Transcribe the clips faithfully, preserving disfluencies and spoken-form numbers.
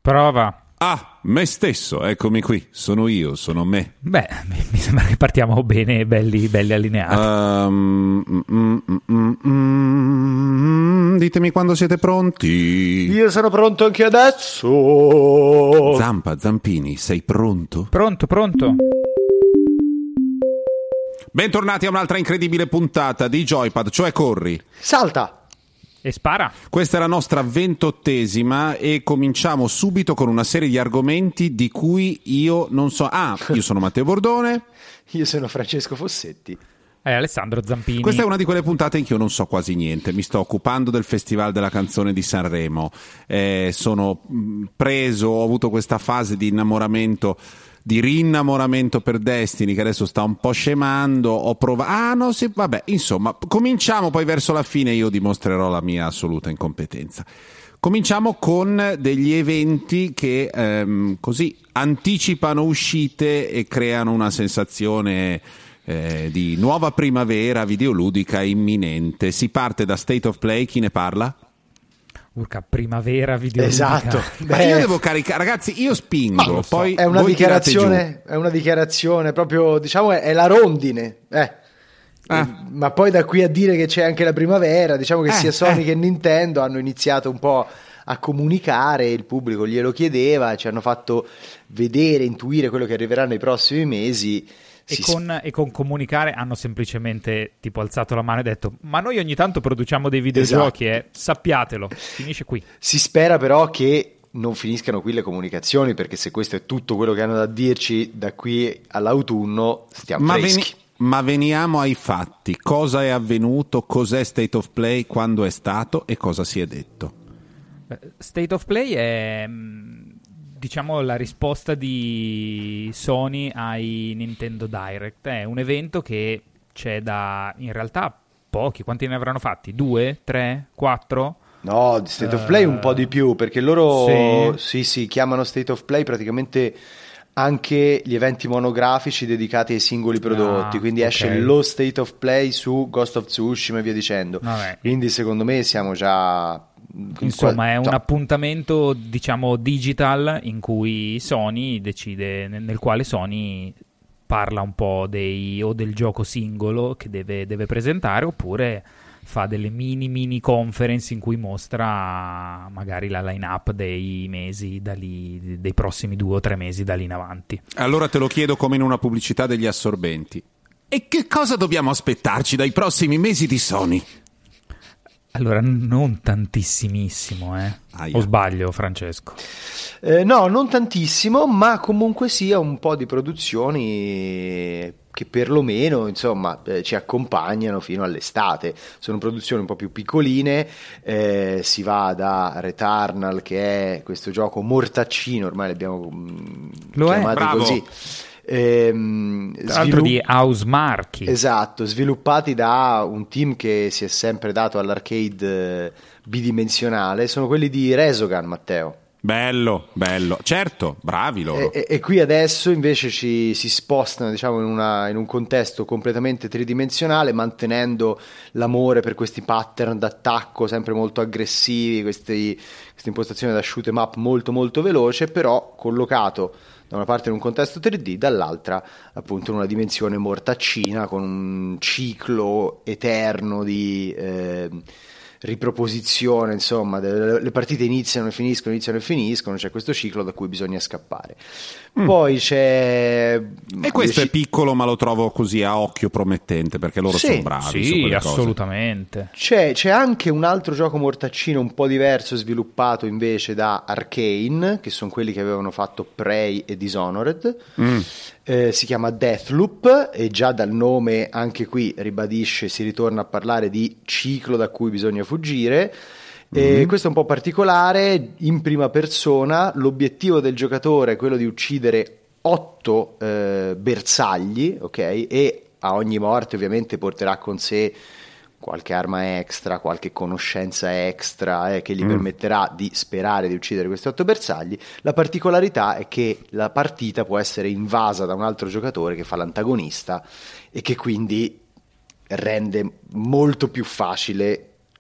Prova. Ah, me stesso, eccomi qui, sono io, sono me. Beh, mi sembra che partiamo bene, belli, belli allineati. Um, mm, mm, mm, mm, ditemi quando siete pronti. Io sono pronto anche adesso. Zampa, Zampini, sei pronto? Pronto, pronto. Bentornati a un'altra incredibile puntata di Joypad, cioè corri. Salta. E spara. Questa è la nostra ventottesima e cominciamo subito con una serie di argomenti di cui io non so... Ah, io sono Matteo Bordone. Io sono Francesco Fossetti. E Alessandro Zampini. Questa è una di quelle puntate in cui io non so quasi niente. Mi sto occupando del Festival della Canzone di Sanremo. Eh, sono preso, ho avuto questa fase di innamoramento... di rinnamoramento per Destiny che adesso sta un po' scemando, ho provato, ah no, sì, vabbè, insomma, cominciamo, poi verso la fine io dimostrerò la mia assoluta incompetenza. Cominciamo con degli eventi che ehm, così anticipano uscite e creano una sensazione eh, di nuova primavera videoludica imminente. Si parte da State of Play, chi ne parla? Urca, primavera videoludica. Esatto. Ma io devo caricare, ragazzi, io spingo, so, poi è una voi dichiarazione, è una dichiarazione proprio, diciamo, è, è la rondine, eh. Eh. Ma poi da qui a dire che c'è anche la primavera, diciamo che Eh, sia Sony eh. che Nintendo hanno iniziato un po' a comunicare, il pubblico glielo chiedeva, ci hanno fatto vedere, intuire quello che arriverà nei prossimi mesi. E Si con, e con comunicare hanno semplicemente tipo alzato la mano e detto: ma noi ogni tanto produciamo dei videogiochi, Esatto. eh, sappiatelo, finisce qui. Si spera però che non finiscano qui le comunicazioni, perché se questo è tutto quello che hanno da dirci da qui all'autunno, stiamo Ma, freschi. veni- ma veniamo ai fatti. Cosa è avvenuto? Cos'è State of Play? Quando è stato? E cosa si è detto? State of Play è, diciamo, la risposta di Sony ai Nintendo Direct. È un evento che c'è da, in realtà, pochi. Quanti ne avranno fatti? Due? Tre? Quattro? No, di State of Play un po' di più, perché loro Sì. sì, sì, chiamano State of Play praticamente anche gli eventi monografici dedicati ai singoli prodotti, Ah, quindi ok. esce lo State of Play su Ghost of Tsushima e via dicendo. Vabbè. Quindi secondo me siamo già... Insomma, è un no. appuntamento, diciamo, digital in cui Sony decide, nel, nel quale Sony parla un po' dei, o del gioco singolo che deve, deve presentare, oppure fa delle mini mini conference in cui mostra magari la line-up dei mesi da lì, dei prossimi due o tre mesi da lì in avanti. Allora te lo chiedo come in una pubblicità degli assorbenti. E che cosa dobbiamo aspettarci dai prossimi mesi di Sony? Allora, non tantissimissimo, eh? Aia. O sbaglio, Francesco? Eh, no, non tantissimo, ma comunque sia un po' di produzioni che perlomeno insomma eh, ci accompagnano fino all'estate. Sono produzioni un po' più piccoline, eh, si va da Returnal, che è questo gioco mortaccino, ormai l'abbiamo mh, Lo è, chiamato bravo. così. Ehm, Tra l'altro svilupp- di Housemarque. Esatto, sviluppati da un team che si è sempre dato all'arcade eh, bidimensionale, sono quelli di Resogun, Matteo. Bello, bello. Certo, bravi loro. E, e- e qui adesso invece ci si spostano, diciamo, in, una- in un contesto completamente tridimensionale, mantenendo l'amore per questi pattern d'attacco sempre molto aggressivi, questi, queste impostazioni da shoot 'em up molto molto veloce, però collocato da una parte in un contesto tre D, dall'altra appunto in una dimensione mortaccina con un ciclo eterno di eh, riproposizione, insomma, le, le partite iniziano e finiscono, iniziano e finiscono, c'è questo ciclo da cui bisogna scappare. Poi c'è... E questo è piccolo, ma lo trovo così a occhio promettente, perché loro Sì, sono bravi su Sì, quelle cose. assolutamente. C'è, c'è anche un altro gioco mortaccino un po' diverso, sviluppato invece da Arcane, che sono quelli che avevano fatto Prey e Dishonored. Mm. Eh, si chiama Deathloop e già dal nome anche qui ribadisce, si ritorna a parlare di ciclo da cui bisogna fuggire. E questo è un po' particolare, in prima persona. L'obiettivo del giocatore è quello di uccidere otto eh, bersagli, ok? E a ogni morte ovviamente porterà con sé qualche arma extra, qualche conoscenza extra eh, che gli Mm. permetterà di sperare di uccidere questi otto bersagli. La particolarità è che la partita può essere invasa da un altro giocatore che fa l'antagonista e che quindi rende molto più facile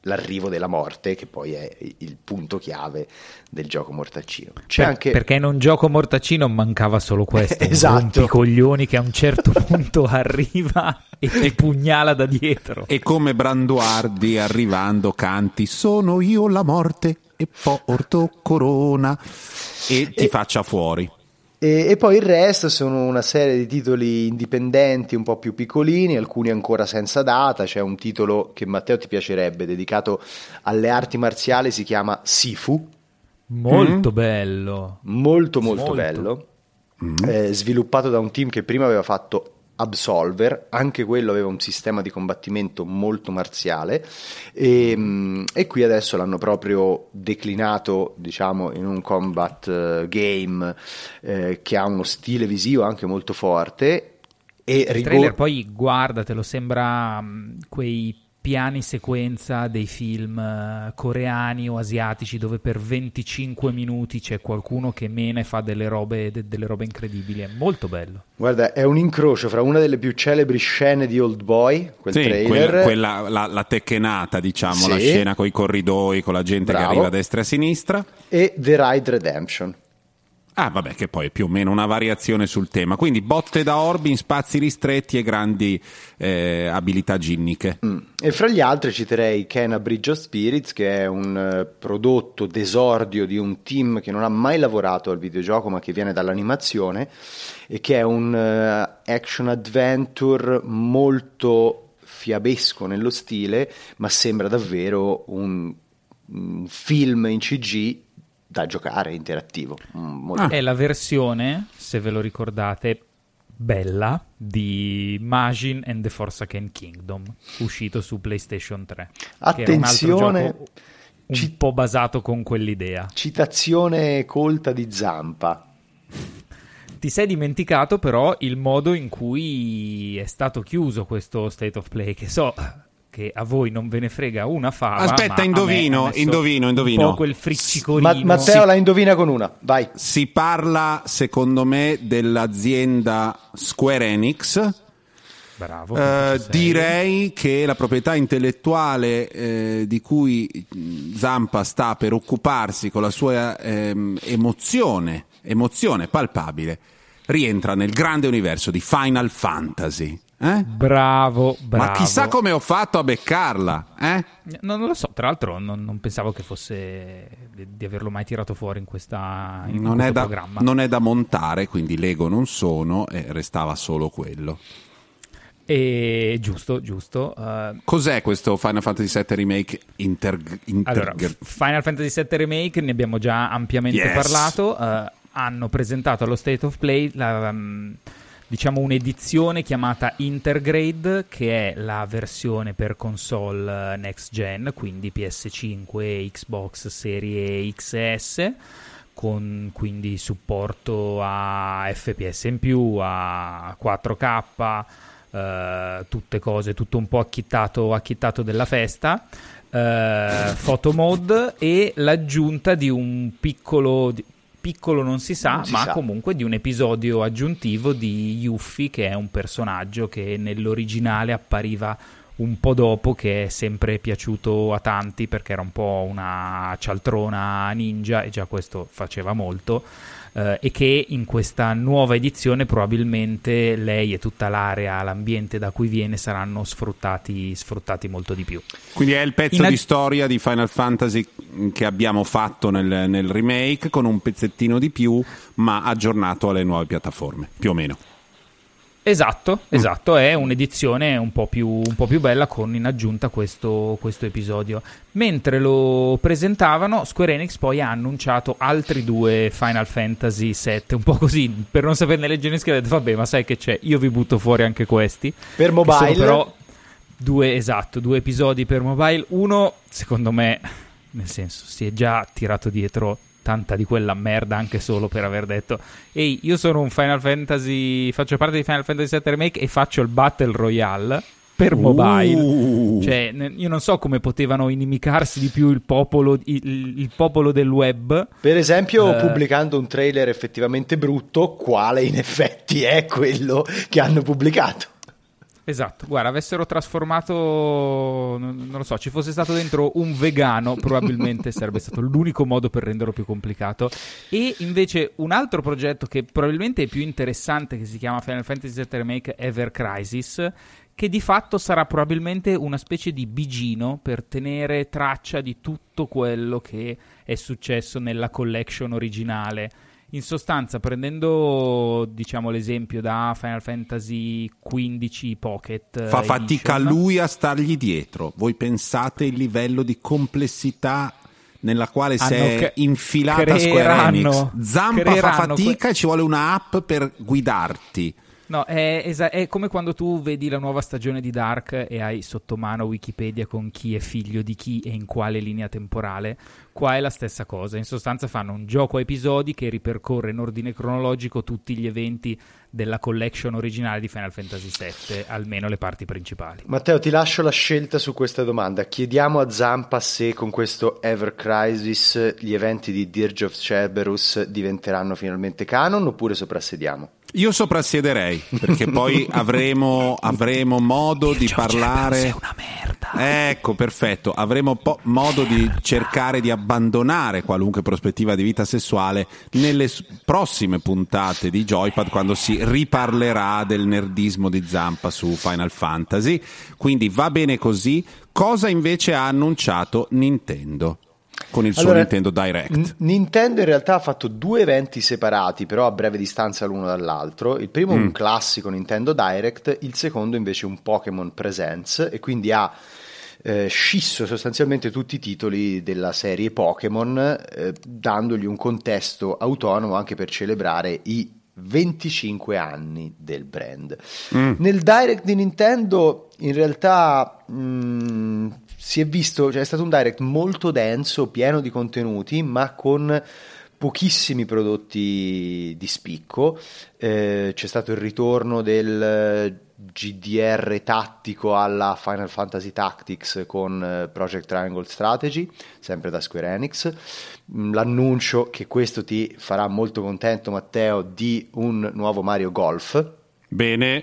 l'arrivo della morte, che poi è il punto chiave del gioco mortaccino. C'è per, anche... Perché in un gioco mortaccino mancava solo questo, esatto. Un rompicoglioni che a un certo punto arriva e ti pugnala da dietro. E come Branduardi arrivando canti "sono io la morte e porto corona" e ti e... faccia fuori. E, e poi il resto sono una serie di titoli indipendenti un po' più piccolini, alcuni ancora senza data. C'è un titolo che Matteo ti piacerebbe, dedicato alle arti marziali, si chiama Sifu. Molto mm. bello. Molto molto, molto. bello. Mm. Eh, sviluppato da un team che prima aveva fatto Absolver, anche quello aveva un sistema di combattimento molto marziale e, e qui adesso l'hanno proprio declinato, diciamo, in un combat uh, game eh, che ha uno stile visivo anche molto forte. E il rigor- trailer poi guardatelo, sembra um, quei piani sequenza dei film uh, coreani o asiatici dove per venticinque minuti c'è qualcuno che mena e fa delle robe, de- delle robe incredibili. È molto bello. Guarda, è un incrocio fra una delle più celebri scene di Old Boy, quel sì, trailer, quella, quella la, la tecchenata, diciamo, sì. La scena con i corridoi, con la gente Bravo. Che arriva a destra e a sinistra, e The Ride Redemption. Ah, vabbè, che poi è più o meno una variazione sul tema. Quindi botte da orbi in spazi ristretti e grandi eh, abilità ginniche. Mm. E fra gli altri citerei Kena Bridge of Spirits, che è un uh, prodotto d'esordio di un team che non ha mai lavorato al videogioco, ma che viene dall'animazione, e che è un uh, action adventure molto fiabesco nello stile, ma sembra davvero un, un film in C G da giocare, interattivo. Molto... Ah. È la versione, se ve lo ricordate, bella di Majin and the Forsaken Kingdom, uscito su PlayStation tre. Attenzione, che era un, un ci... po' basato con quell'idea. Citazione colta di Zampa. Ti sei dimenticato però il modo in cui è stato chiuso questo State of Play, che so che a voi non ve ne frega una fava. Aspetta, indovino, indovino, indovino. Un po' quel friccicorino. Ma- Matteo si, la indovina con una, vai. Si parla, secondo me, dell'azienda Square Enix. Bravo. Eh, direi che la proprietà intellettuale eh, di cui Zampa sta per occuparsi con la sua ehm, emozione, emozione palpabile, rientra nel grande universo di Final Fantasy. Eh? Bravo, bravo. Ma chissà come ho fatto a beccarla, eh? No, non lo so, tra l'altro non, non pensavo che fosse di, di averlo mai tirato fuori in questa in non questo è da, programma. Non è da montare, quindi Lego non sono e restava solo quello. E giusto, giusto. Uh, Cos'è questo Final Fantasy sette Remake Inter... inter... Allora, Final Fantasy sette Remake ne abbiamo già ampiamente yes. parlato. Uh, hanno presentato allo State of Play la... Um, diciamo un'edizione chiamata Intergrade, che è la versione per console next gen, quindi P S cinque e Xbox Serie X S, con quindi supporto a F P S in più, a quattro K, eh, tutte cose, tutto un po' acchittato, acchittato della festa, eh, photo mode e l'aggiunta di un piccolo... piccolo non si sa, non si ma sa. Comunque di un episodio aggiuntivo di Yuffie, che è un personaggio che nell'originale appariva un po' dopo, che è sempre piaciuto a tanti perché era un po' una cialtrona ninja e già questo faceva molto, eh, e che in questa nuova edizione probabilmente lei e tutta l'area, l'ambiente da cui viene saranno sfruttati, sfruttati molto di più. Quindi è il pezzo in di ag- storia di Final Fantasy che abbiamo fatto nel, nel remake, con un pezzettino di più ma aggiornato alle nuove piattaforme, più o meno. Esatto, esatto, mm. È un'edizione un po' più, un po' più bella, con in aggiunta questo, questo episodio. Mentre lo presentavano, Square Enix poi ha annunciato altri due Final Fantasy sette, un po' così, per non saperne leggere in scheda, ha detto vabbè, ma sai che c'è, io vi butto fuori anche questi. Per mobile? Sono però due, esatto, due episodi per mobile. Uno, secondo me, nel senso, si è già tirato dietro tanta di quella merda anche solo per aver detto ehi, io sono un Final Fantasy, faccio parte di Final Fantasy sette Remake e faccio il Battle Royale per mobile. Uh. Cioè, io non so come potevano inimicarsi di più il popolo, il, il popolo del web. Per esempio, uh, pubblicando un trailer effettivamente brutto, quale in effetti è quello che hanno pubblicato. Esatto, guarda, avessero trasformato, non, non lo so, ci fosse stato dentro un vegano, probabilmente sarebbe stato l'unico modo per renderlo più complicato. E invece un altro progetto che probabilmente è più interessante, che si chiama Final Fantasy sette Remake Ever Crisis, che di fatto sarà probabilmente una specie di bigino per tenere traccia di tutto quello che è successo nella collection originale. In sostanza, prendendo, diciamo, l'esempio da Final Fantasy quindici Pocket fa Edition, fatica lui a stargli dietro. Voi pensate il livello di complessità nella quale si è che- infilata Square Enix. Zampa fa fatica que- e ci vuole una app per guidarti. No, è, esa- è come quando tu vedi la nuova stagione di Dark e hai sotto mano Wikipedia con chi è figlio di chi e in quale linea temporale. Qua è la stessa cosa. In sostanza fanno un gioco a episodi che ripercorre in ordine cronologico tutti gli eventi della collection originale di Final Fantasy sette, almeno le parti principali. Matteo, ti lascio la scelta su questa domanda. Chiediamo a Zampa se con questo Ever Crisis gli eventi di Dirge of Cerberus diventeranno finalmente canon oppure soprassediamo? Io soprassiederei, perché poi avremo, avremo modo di parlare. È una merda. Ecco, perfetto. Avremo po- modo di cercare di abbandonare qualunque prospettiva di vita sessuale nelle s- prossime puntate di Joypad, quando si riparlerà del nerdismo di Zampa su Final Fantasy. Quindi va bene così. Cosa invece ha annunciato Nintendo con il suo Allora, Nintendo Direct? N- Nintendo in realtà ha fatto due eventi separati, però a breve distanza l'uno dall'altro. Il primo è Mm. un classico Nintendo Direct, il secondo invece un Pokémon Presents, e quindi ha eh, scisso sostanzialmente tutti i titoli della serie Pokémon, eh, dandogli un contesto autonomo anche per celebrare i venticinque anni del brand. Mm. Nel Direct di Nintendo in realtà mh, si è visto, cioè è stato un Direct molto denso, pieno di contenuti, ma con pochissimi prodotti di spicco. Eh, c'è stato il ritorno del G D R tattico alla Final Fantasy Tactics con eh, Project Triangle Strategy, sempre da Square Enix. Mm, L'annuncio, che questo ti farà molto contento Matteo, di un nuovo Mario Golf. Bene.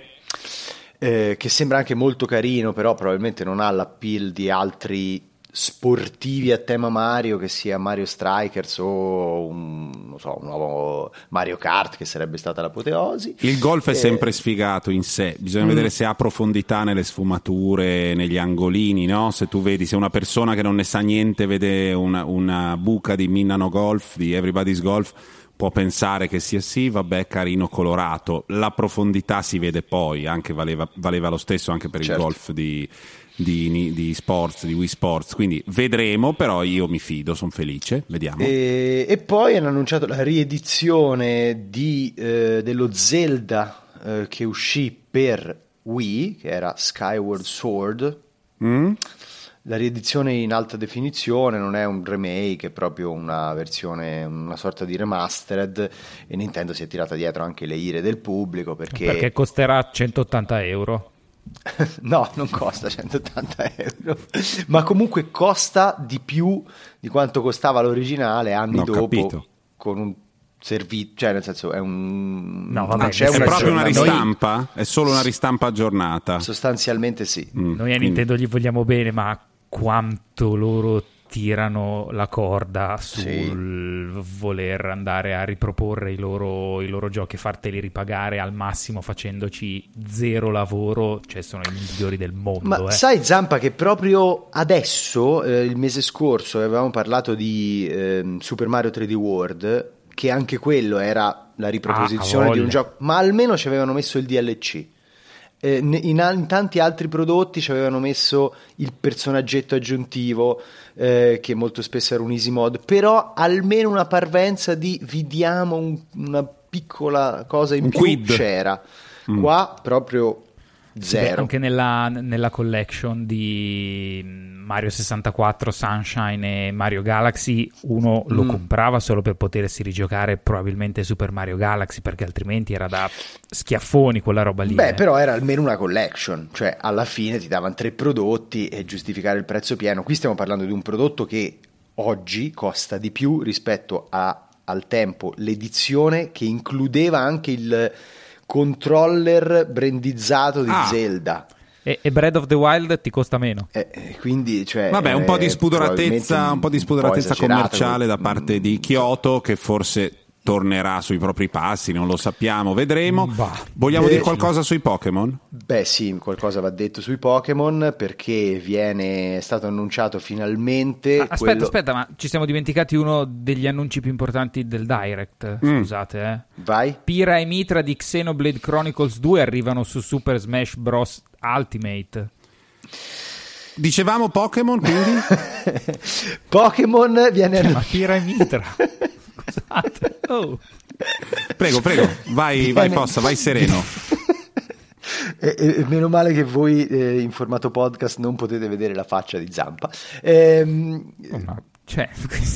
Eh, che sembra anche molto carino, però probabilmente non ha l'appeal di altri sportivi a tema Mario, che sia Mario Strikers o un, non so, un nuovo Mario Kart, che sarebbe stata l'apoteosi. Il golf è Eh, sempre sfigato in sé, bisogna Mm. vedere se ha profondità nelle sfumature, negli angolini, no? Se tu vedi, se una persona che non ne sa niente vede una, una buca di Minano Golf, di Everybody's Golf, può pensare che sia sì, vabbè, carino, colorato. La profondità si vede poi, anche valeva, valeva lo stesso anche per Certo. il golf di, di, di Sports, di Wii Sports, quindi vedremo, però io mi fido, sono felice, vediamo. E, e poi hanno annunciato la riedizione di, eh, dello Zelda eh, che uscì per Wii, che era Skyward Sword. Mm? La riedizione in alta definizione, non è un remake, è proprio una versione, una sorta di remastered, e Nintendo si è tirata dietro anche le ire del pubblico perché, Perché costerà centottanta euro. no, non costa centottanta euro, ma comunque costa di più di quanto costava l'originale anni Ho dopo, capito. con un servizio, cioè nel senso è un No, vabbè, non c'è è È un proprio una aggiornamento. ristampa? È solo una ristampa aggiornata? Sostanzialmente sì. Mm, Noi a quindi- Nintendo gli vogliamo bene, ma quanto loro tirano la corda sul voler andare a riproporre i loro, i loro giochi e farteli ripagare al massimo facendoci zero lavoro, cioè sono i migliori del mondo. Ma eh. sai Zampa che proprio adesso, eh, il mese scorso, avevamo parlato di ehm, Super Mario tre D World, che anche quello era la riproposizione Ah, di un voglia. gioco, ma almeno ci avevano messo il D L C. Eh, ne- in, al- in tanti altri prodotti ci avevano messo il personaggetto aggiuntivo, eh, che molto spesso era un easy mod, però almeno una parvenza di vi diamo un- una piccola cosa in Un più quid. c'era. Mm. Qua proprio Sì, beh, zero. anche nella, nella collection di Mario sessantaquattro, Sunshine e Mario Galaxy uno lo Mm. comprava solo per potersi rigiocare probabilmente Super Mario Galaxy, perché altrimenti era da schiaffoni quella roba lì. Beh, eh. però era almeno una collection, cioè alla fine ti davano tre prodotti e giustificare il prezzo pieno. Qui stiamo parlando di un prodotto che oggi costa di più rispetto a, al tempo l'edizione che includeva anche il controller brandizzato di ah. Zelda. E, e Breath of the Wild ti costa meno. Eh, quindi, cioè, vabbè, un po' di spudoratezza, un po' di spudoratezza commerciale da parte di Kyoto, che forse tornerà sui propri passi, non lo sappiamo, vedremo. Bah, Vogliamo beh, dire qualcosa sui Pokémon? Beh sì, qualcosa va detto sui Pokémon, perché viene è stato annunciato finalmente ah, aspetta quello... aspetta ma ci siamo dimenticati uno degli annunci più importanti del Direct, mm. scusate eh. Vai. Pyra e Mitra di Xenoblade Chronicles due arrivano su Super Smash Bros. Ultimate. Dicevamo Pokémon, quindi? Pokémon viene cioè, ma Pyra e Mitra. Scusate. Oh. Prego, prego, vai, viene... vai Fossa, vai sereno. E, e, meno male che voi eh, in formato podcast non potete vedere la faccia di Zampa. Ehm, oh, no. Cioè,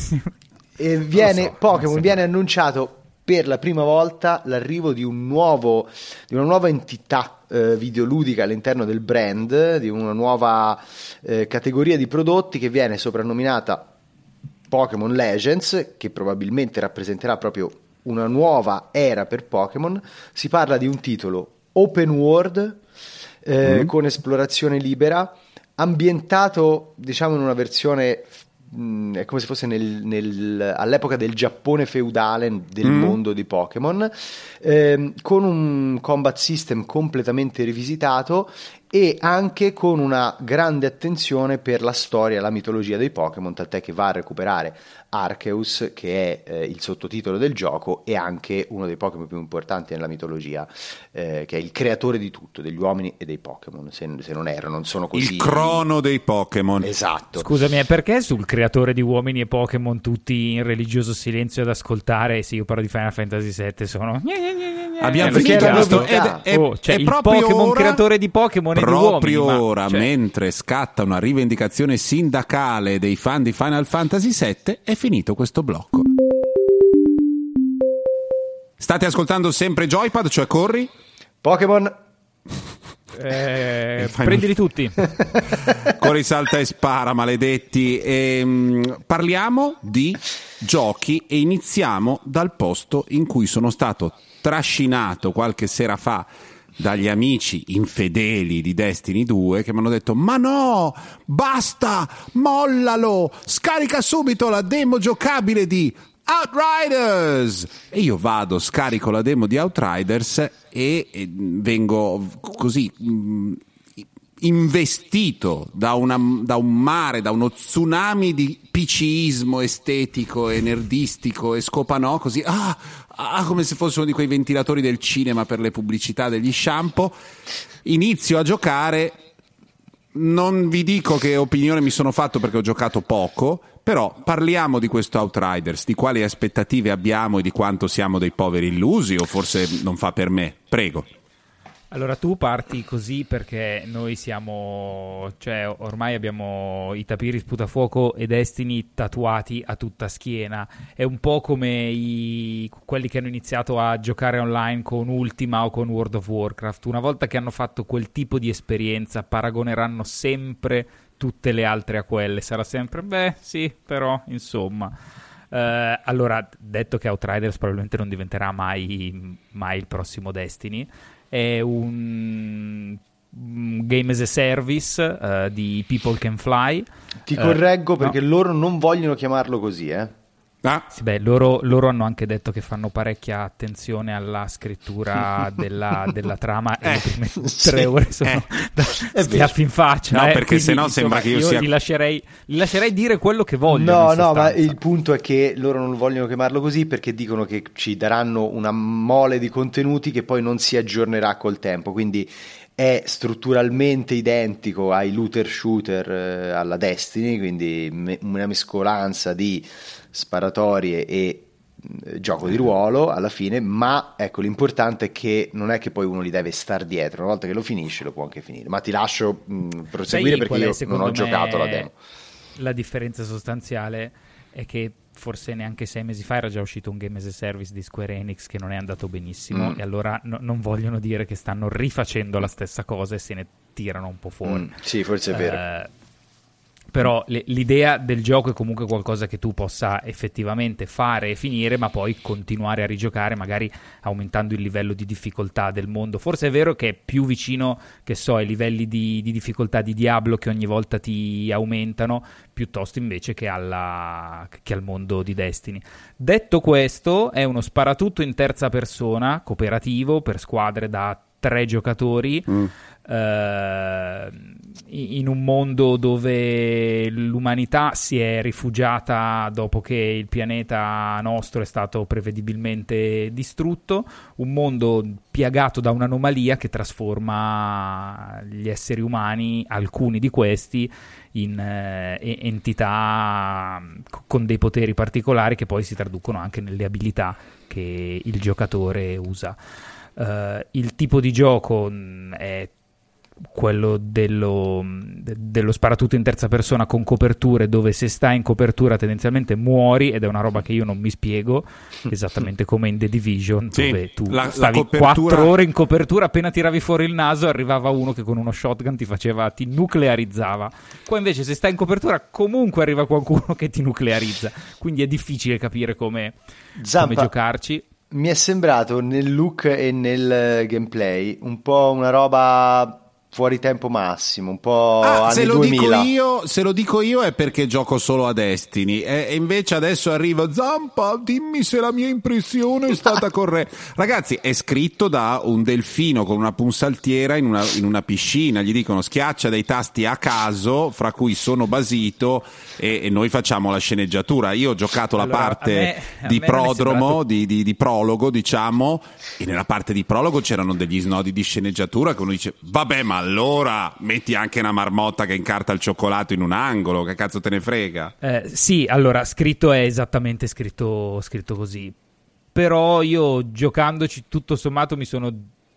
e viene, so, Pokémon viene annunciato per la prima volta l'arrivo di un nuovo di una nuova entità eh, videoludica all'interno del brand, di una nuova eh, categoria di prodotti che viene soprannominata Pokémon Legends, che probabilmente rappresenterà proprio una nuova era per Pokémon. Si parla di un titolo open world eh, mm. con esplorazione libera, ambientato diciamo in una versione mh, è come se fosse nel, nel, all'epoca del Giappone feudale del mm. mondo di Pokémon, eh, con un combat system completamente rivisitato e anche con una grande attenzione per la storia e la mitologia dei Pokémon, tant'è che va a recuperare Arceus, che è eh, il sottotitolo del gioco e anche uno dei Pokémon più importanti nella mitologia, eh, che è il creatore di tutto, degli uomini e dei Pokémon, se, se non erro, non sono così... Il crono dei Pokémon. Esatto. Scusami, perché sul creatore di uomini e Pokémon tutti in religioso silenzio ad ascoltare? Sì, io parlo di Final Fantasy sette, sono... Abbiamo eh, finito questo è, è, oh, cioè è il proprio Pokémon ora, creatore di Pokémon e proprio di uomini, ora ma, cioè... mentre scatta una rivendicazione sindacale dei fan di Final Fantasy sette, è finito questo blocco. State ascoltando sempre Joypad, cioè corri Pokémon eh, prendili tutti. Corri, salta e spara, maledetti. E, um, parliamo di giochi e iniziamo dal posto in cui sono stato trascinato qualche sera fa dagli amici infedeli di Destiny due che mi hanno detto: ma no, basta, mollalo, scarica subito la demo giocabile di Outriders. E io vado, scarico la demo di Outriders e, e vengo così mh, investito da, una, da un mare, da uno tsunami di PCismo estetico e nerdistico e scopanò così, ah, ah, come se fosse uno di quei ventilatori del cinema per le pubblicità degli shampoo. Inizio a giocare, non vi dico che opinione mi sono fatto perché ho giocato poco, però parliamo di questo Outriders, di quali aspettative abbiamo e di quanto siamo dei poveri illusi, o forse non fa per me. Prego. Allora tu parti così perché noi siamo, cioè ormai abbiamo i tapiri sputafuoco e Destiny tatuati a tutta schiena. È un po' come i, quelli che hanno iniziato a giocare online con Ultima o con World of Warcraft. Una volta che hanno fatto quel tipo di esperienza paragoneranno sempre tutte le altre a quelle. Sarà sempre, beh sì, però insomma... Uh, allora, detto che Outriders probabilmente non diventerà mai, mai il prossimo Destiny, è un, un game as a service uh, di People Can Fly. Ti uh, correggo perché no. loro non vogliono chiamarlo così, eh? Ah. Sì, beh, loro, loro hanno anche detto che fanno parecchia attenzione alla scrittura della, della trama eh, e le prime sì, tre ore sono eh, da schiaffi in faccia. No, eh, perché sennò sembra che io, io sia... Li lascerei, li lascerei dire quello che vogliono. No, no, ma il punto è che loro non vogliono chiamarlo così perché dicono che ci daranno una mole di contenuti che poi non si aggiornerà col tempo, quindi è strutturalmente identico ai looter shooter, eh, alla Destiny, quindi me- una mescolanza di sparatorie e eh, gioco di ruolo alla fine, ma ecco l'importante è che non è che poi uno li deve star dietro, una volta che lo finisce lo può anche finire, ma ti lascio mh, proseguire. Sai, perché io non ho giocato la demo. La differenza sostanziale è che forse neanche sei mesi fa era già uscito un game as a service di Square Enix che non è andato benissimo, mm. e allora no, non vogliono dire che stanno rifacendo la stessa cosa e se ne tirano un po' fuori. Mm, sì, forse è vero. Uh, Però le, l'idea del gioco è comunque qualcosa che tu possa effettivamente fare e finire, ma poi continuare a rigiocare, magari aumentando il livello di difficoltà del mondo. Forse è vero che è più vicino, che so, ai livelli di, di difficoltà di Diablo, che ogni volta ti aumentano, piuttosto invece che, alla, che al mondo di Destiny. Detto questo, è uno sparatutto in terza persona, cooperativo, per squadre da tre giocatori, mm. Uh, in un mondo dove l'umanità si è rifugiata dopo che il pianeta nostro è stato prevedibilmente distrutto, un mondo piagato da un'anomalia che trasforma gli esseri umani, alcuni di questi, in eh, entità con dei poteri particolari che poi si traducono anche nelle abilità che il giocatore usa. Uh, il tipo di gioco mh, è quello dello, de, dello sparatutto in terza persona con coperture, dove se stai in copertura tendenzialmente muori, ed è una roba che io non mi spiego, esattamente come in The Division, sì, dove tu la, stavi la copertura... quattro ore in copertura, appena tiravi fuori il naso arrivava uno che con uno shotgun ti faceva, ti nuclearizzava. Qua invece se stai in copertura comunque arriva qualcuno che ti nuclearizza, quindi è difficile capire come, come giocarci. Mi è sembrato nel look e nel gameplay un po' una roba fuori tempo massimo, un po' ah, anni se lo duemila. Dico io, se lo dico io è perché gioco solo a Destiny, e, e invece adesso arrivo, Zampa, dimmi se la mia impressione è stata corretta. Ragazzi, è scritto da un delfino con una punsaltiera in una, in una piscina, gli dicono schiaccia dei tasti a caso, fra cui sono basito, e, e noi facciamo la sceneggiatura. Io ho giocato la allora, parte a me, a di prodromo, sembrato... di, di, di prologo, diciamo, e nella parte di prologo c'erano degli snodi di sceneggiatura che uno dice, vabbè, ma allora metti anche una marmotta che incarta il cioccolato in un angolo, che cazzo te ne frega? Eh, sì, allora, scritto è esattamente scritto, scritto così. Però io giocandoci tutto sommato mi sono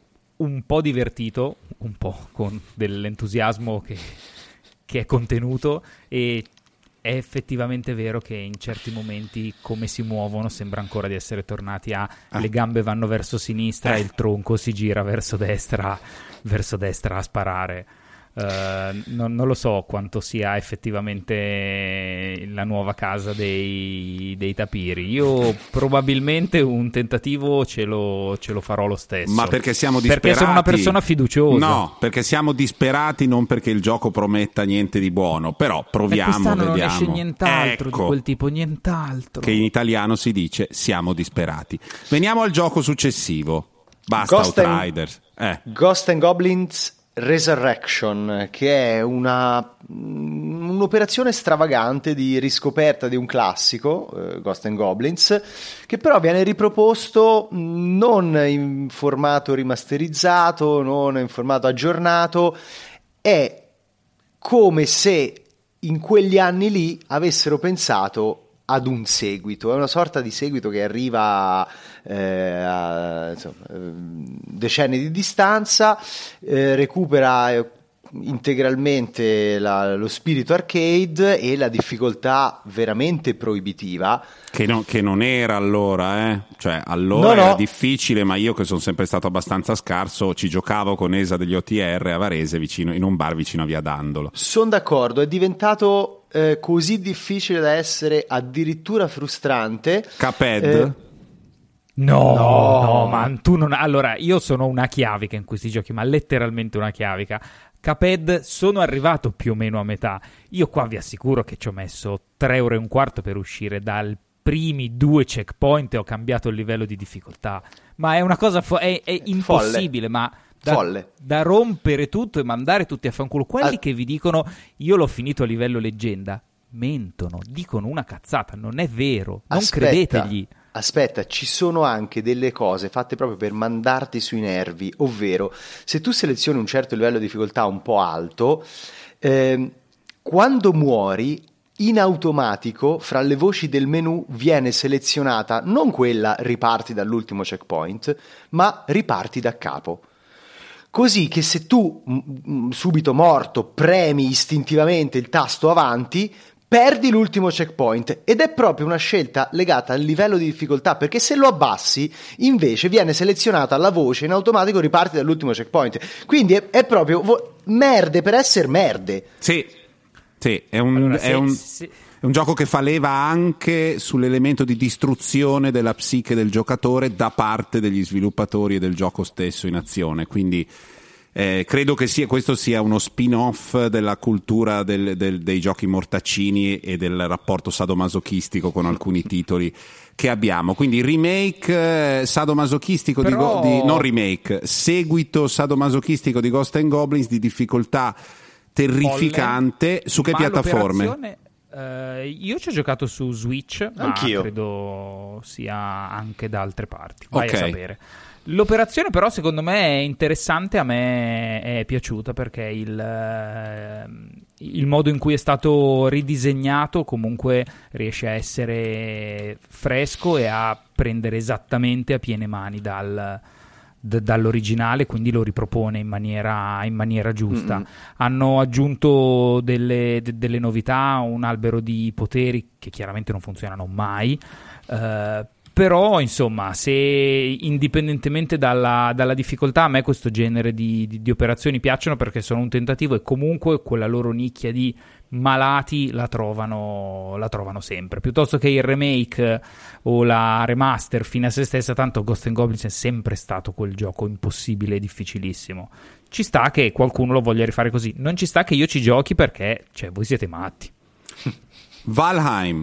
un po' divertito, un po' con dell'entusiasmo che, che è contenuto, e è effettivamente vero che in certi momenti come si muovono sembra ancora di essere tornati a ah. le gambe vanno verso sinistra eh. e il tronco si gira verso destra verso destra a sparare. Uh, non, non lo so quanto sia effettivamente la nuova casa dei, dei tapiri. Io probabilmente un tentativo ce lo, ce lo farò lo stesso. Ma perché siamo disperati? Perché sono una persona fiduciosa. No, perché siamo disperati, non perché il gioco prometta niente di buono. Però proviamo, quest'anno vediamo. Non esce nient'altro ecco, di quel tipo, nient'altro. Che in italiano si dice siamo disperati. Veniamo al gioco successivo. Basta Ghost Outriders. And, eh. Ghost and Goblins Resurrection, che è una un'operazione stravagante di riscoperta di un classico, eh, Ghost and Goblins, che però viene riproposto non in formato rimasterizzato, non in formato aggiornato. È come se in quegli anni lì avessero pensato ad un seguito, è una sorta di seguito che arriva eh, a insomma, decenni di distanza, eh, recupera integralmente la, lo spirito arcade e la difficoltà veramente proibitiva. Che, no, che non era allora, eh? Cioè allora no, no. era difficile, ma io che sono sempre stato abbastanza scarso ci giocavo con Esa degli O T R a Varese, vicino, in un bar vicino a Via Dandolo. Sono d'accordo, è diventato eh, così difficile da essere addirittura frustrante. Cuphead? Eh, No, no, no, ma tu non... Allora, io sono una chiavica in questi giochi, ma letteralmente una chiavica. Cuphead sono arrivato più o meno a metà. Io qua vi assicuro che ci ho messo tre ore e un quarto per uscire dal primi due checkpoint e ho cambiato il livello di difficoltà. Ma è una cosa... Fo- è, è impossibile, Folle. ma... Da, Folle. da rompere tutto e mandare tutti a fanculo. Quelli Al... che vi dicono io l'ho finito a livello leggenda mentono, dicono una cazzata, non è vero, non Aspetta. credetegli. Aspetta, ci sono anche delle cose fatte proprio per mandarti sui nervi, ovvero se tu selezioni un certo livello di difficoltà un po' alto, eh, quando muori in automatico fra le voci del menu viene selezionata non quella riparti dall'ultimo checkpoint, ma riparti da capo. Così che se tu m- subito morto premi istintivamente il tasto avanti, perdi l'ultimo checkpoint, ed è proprio una scelta legata al livello di difficoltà, perché se lo abbassi invece viene selezionata la voce in automatico riparti dall'ultimo checkpoint, quindi è, è proprio vo- merde per essere merde. Sì. Sì, è un, allora, è, se, un, se... è un gioco che fa leva anche sull'elemento di distruzione della psiche del giocatore da parte degli sviluppatori e del gioco stesso in azione, quindi eh, credo che sia, questo sia uno spin-off della cultura del, del, dei giochi mortaccini e del rapporto sadomasochistico con alcuni titoli che abbiamo. Quindi remake eh, sadomasochistico Però... di, di non remake, seguito sadomasochistico di Ghosts and Goblins di difficoltà terrificante. Folle. Su che ma piattaforme? Uh, io ci ho giocato su Switch, ma Anch'io. credo sia anche da altre parti. Vai okay. a sapere. L'operazione però secondo me è interessante, a me è piaciuta perché il, il modo in cui è stato ridisegnato comunque riesce a essere fresco e a prendere esattamente a piene mani dal... D- dall'originale, quindi lo ripropone in maniera, in maniera giusta. Mm-hmm. Hanno aggiunto delle, de- delle novità, un albero di poteri che chiaramente non funzionano mai, uh, però insomma, se indipendentemente dalla, dalla difficoltà, a me questo genere di, di, di operazioni piacciono perché sono un tentativo e comunque quella loro nicchia di malati la trovano, la trovano sempre, piuttosto che il remake o la remaster fine a se stessa. Tanto Ghosts and Goblins è sempre stato quel gioco impossibile e difficilissimo. Ci sta che qualcuno lo voglia rifare così, non ci sta che io ci giochi perché, cioè, voi siete matti. Valheim.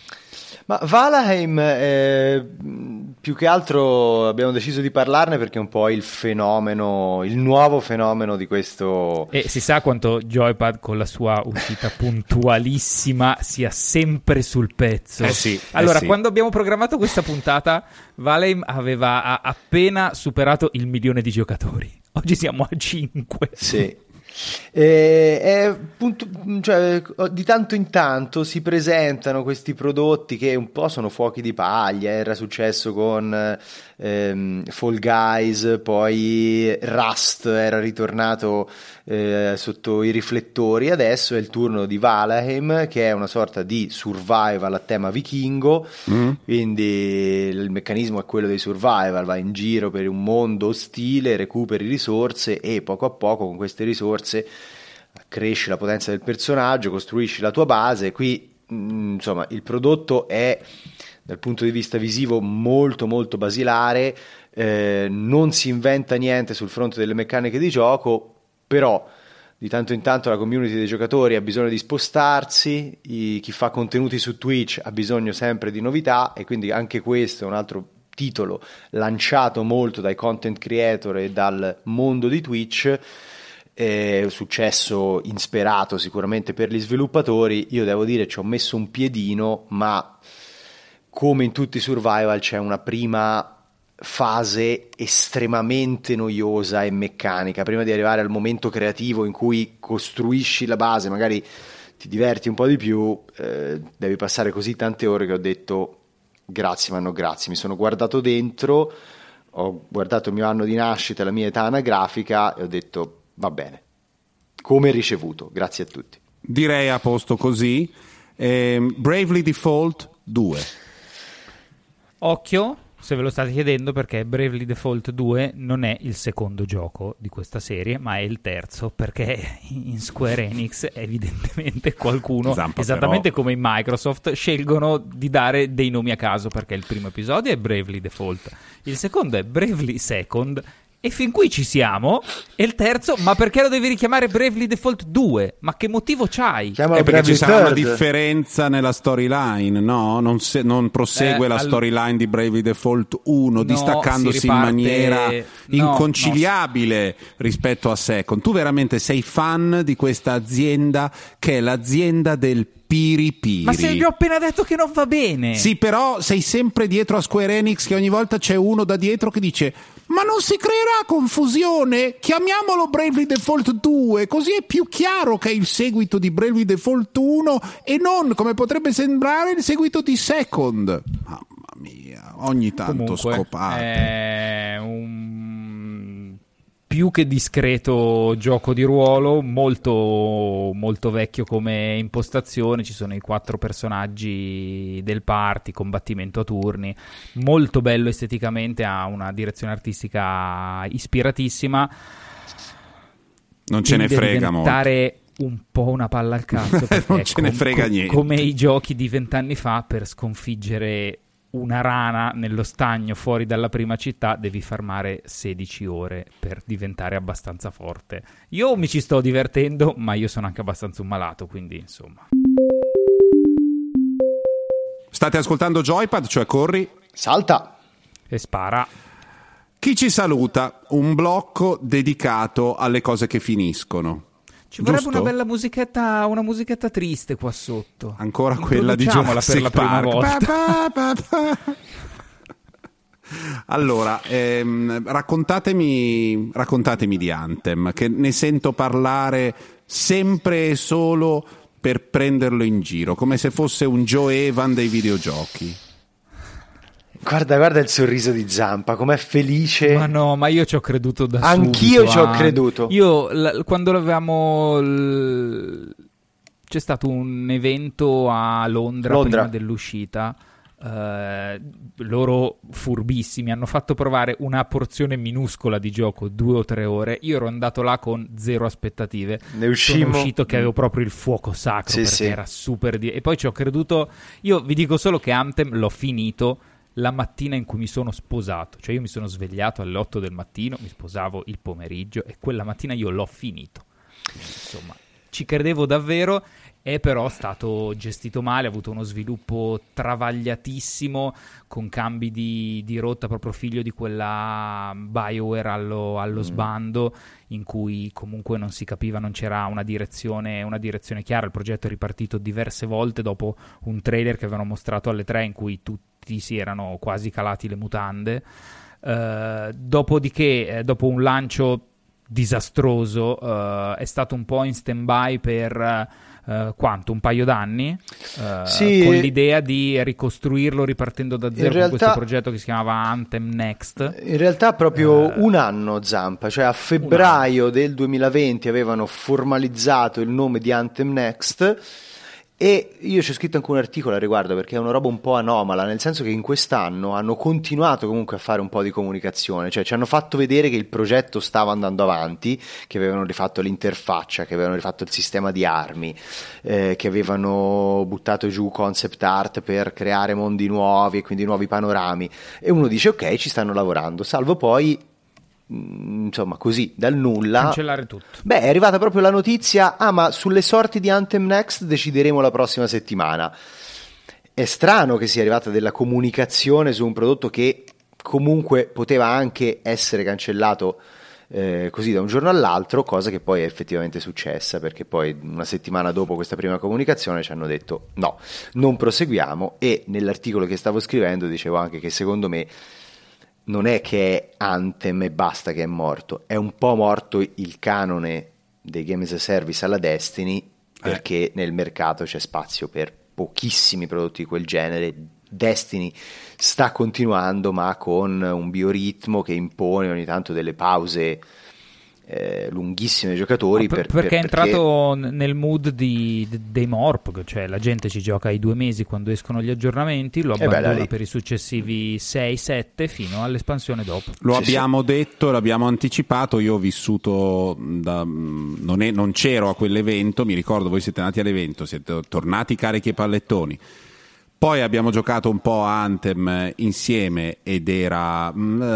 Ma Valheim, eh, più che altro abbiamo deciso di parlarne perché è un po' il fenomeno, il nuovo fenomeno di questo... E si sa quanto Joypad con la sua uscita puntualissima sia sempre sul pezzo. Eh sì, allora, eh sì. quando abbiamo programmato questa puntata, Valheim aveva ha appena superato il milione di giocatori. Oggi siamo a cinque. Sì. E, è, punto, cioè, di tanto in tanto si presentano questi prodotti che un po' sono fuochi di paglia. Era successo con ehm, Fall Guys, poi Rust era ritornato eh, sotto i riflettori. Adesso è il turno di Valheim, che è una sorta di survival a tema vichingo. Mm. Quindi il meccanismo è quello dei survival: vai in giro per un mondo ostile, recuperi risorse e poco a poco con queste risorse cresci la potenza del personaggio, costruisci la tua base. Qui mh, insomma il prodotto è dal punto di vista visivo molto molto basilare, eh, non si inventa niente sul fronte delle meccaniche di gioco, però di tanto in tanto la community dei giocatori ha bisogno di spostarsi, i, chi fa contenuti su Twitch ha bisogno sempre di novità, e quindi anche questo è un altro titolo lanciato molto dai content creator e dal mondo di Twitch. Eh, successo insperato sicuramente per gli sviluppatori. Io devo dire ci ho messo un piedino, ma come in tutti i survival c'è una prima fase estremamente noiosa e meccanica prima di arrivare al momento creativo in cui costruisci la base, magari ti diverti un po' di più. Eh, devi passare così tante ore che ho detto grazie ma no grazie. Mi sono guardato dentro, ho guardato il mio anno di nascita, la mia età anagrafica e ho detto va bene, come ricevuto, grazie a tutti. Direi a posto così. eh, Bravely Default due. Occhio, se ve lo state chiedendo, perché Bravely Default due non è il secondo gioco di questa serie, ma è il terzo, perché in Square Enix evidentemente qualcuno, Zampa, esattamente però... come in Microsoft, scelgono di dare dei nomi a caso, perché il primo episodio è Bravely Default, il secondo è Bravely Second, e fin qui ci siamo. E il terzo, ma perché lo devi richiamare Bravely Default due? Ma che motivo c'hai? È perché ci sarà una differenza nella storyline, no? Non, se, non prosegue eh, la all... storyline di Bravely Default uno, no, distaccandosi riparte... in maniera no, inconciliabile no. rispetto a Second. Tu veramente sei fan di questa azienda che è l'azienda del Piri Piri. Ma se gli ho appena detto che non va bene. Sì, però sei sempre dietro a Square Enix, che ogni volta c'è uno da dietro che dice ma non si creerà confusione? Chiamiamolo Bravely Default due, così è più chiaro che è il seguito di Bravely Default uno e non, come potrebbe sembrare, il seguito di Second. Mamma mia, ogni tanto Comunque, scopato. È un più che discreto gioco di ruolo, molto, molto vecchio come impostazione. Ci sono i quattro personaggi del party, combattimento a turni, molto bello esteticamente, ha una direzione artistica ispiratissima. Non ce ne frega molto. un po' una palla al cazzo, non ce ne com- frega com- niente. come i giochi di vent'anni fa, per sconfiggere una rana nello stagno fuori dalla prima città devi farmare sedici ore per diventare abbastanza forte. Io mi ci sto divertendo, ma io sono anche abbastanza un malato, quindi insomma. State ascoltando Joypad, cioè corri, salta e spara. Chi ci saluta? Un blocco dedicato alle cose che finiscono. Ci vorrebbe Giusto? una bella musichetta, una musichetta triste qua sotto. Ancora quella di Jurassic per la prima Park. volta. Ba, ba, ba, ba. Allora, ehm, raccontatemi, raccontatemi di Anthem, che ne sento parlare sempre e solo per prenderlo in giro, come se fosse un Joe Evan dei videogiochi. Guarda, guarda il sorriso di Zampa, com'è felice. Ma no, ma io ci ho creduto da Anch'io subito. ci ho ah. creduto. Io, l- quando l'avevamo... L- c'è stato un evento a Londra, Londra. prima dell'uscita. Uh, loro furbissimi hanno fatto provare una porzione minuscola di gioco, due o tre ore. Io ero andato là con zero aspettative. Ne uscimo. Sono uscito che avevo proprio il fuoco sacro, sì, perché sì. era super di- e poi ci ho creduto. Io vi dico solo che Anthem l'ho finito la mattina in cui mi sono sposato, cioè io mi sono svegliato alle otto del mattino, mi sposavo il pomeriggio e quella mattina io l'ho finito. Quindi, insomma, ci credevo davvero. È però stato gestito male, ha avuto uno sviluppo travagliatissimo, con cambi di, di rotta, proprio figlio di quella BioWare allo, allo mm. sbando, in cui comunque non si capiva, non c'era una direzione, una direzione chiara. Il progetto è ripartito diverse volte dopo un trailer che avevano mostrato alle tre in cui tutti si erano quasi calati le mutande. Uh, dopodiché, eh, dopo un lancio disastroso, uh, è stato un po' in stand-by per... Uh, quanto? Un paio d'anni? Uh, sì, con l'idea di ricostruirlo ripartendo da zero realtà, con questo progetto che si chiamava Anthem Next. In realtà proprio uh, un anno, Zampa, cioè a febbraio del duemilaventi avevano formalizzato il nome di Anthem Next. E io ci ho scritto anche un articolo a riguardo, perché è una roba un po' anomala, nel senso che in quest'anno hanno continuato comunque a fare un po' di comunicazione, cioè ci hanno fatto vedere che il progetto stava andando avanti, che avevano rifatto l'interfaccia, che avevano rifatto il sistema di armi, eh, che avevano buttato giù concept art per creare mondi nuovi e quindi nuovi panorami, e uno dice ok, ci stanno lavorando, salvo poi insomma così dal nulla cancellare tutto. Beh, è arrivata proprio la notizia: ah, ma sulle sorti di Anthem Next decideremo la prossima settimana. È strano che sia arrivata della comunicazione su un prodotto che comunque poteva anche essere cancellato eh, così da un giorno all'altro, cosa che poi è effettivamente successa, perché poi una settimana dopo questa prima comunicazione ci hanno detto no, non proseguiamo. E nell'articolo che stavo scrivendo dicevo anche che secondo me non è che è Anthem e basta che è morto, è un po' morto il canone dei game as a service alla Destiny, perché eh. nel mercato c'è spazio per pochissimi prodotti di quel genere. Destiny sta continuando, ma con un bioritmo che impone ogni tanto delle pause eh, lunghissime ai giocatori, per, per, perché per, è entrato perché... nel mood di, di, dei morp, cioè la gente ci gioca ai due mesi quando escono gli aggiornamenti, lo abbandona beh, per i successivi sei sette fino all'espansione dopo. Lo sì, abbiamo sì. detto, l'abbiamo anticipato. Io ho vissuto da, non, è, non c'ero a quell'evento, mi ricordo voi siete andati all'evento, siete tornati carichi e pallettoni. Poi abbiamo giocato un po' a Anthem insieme ed era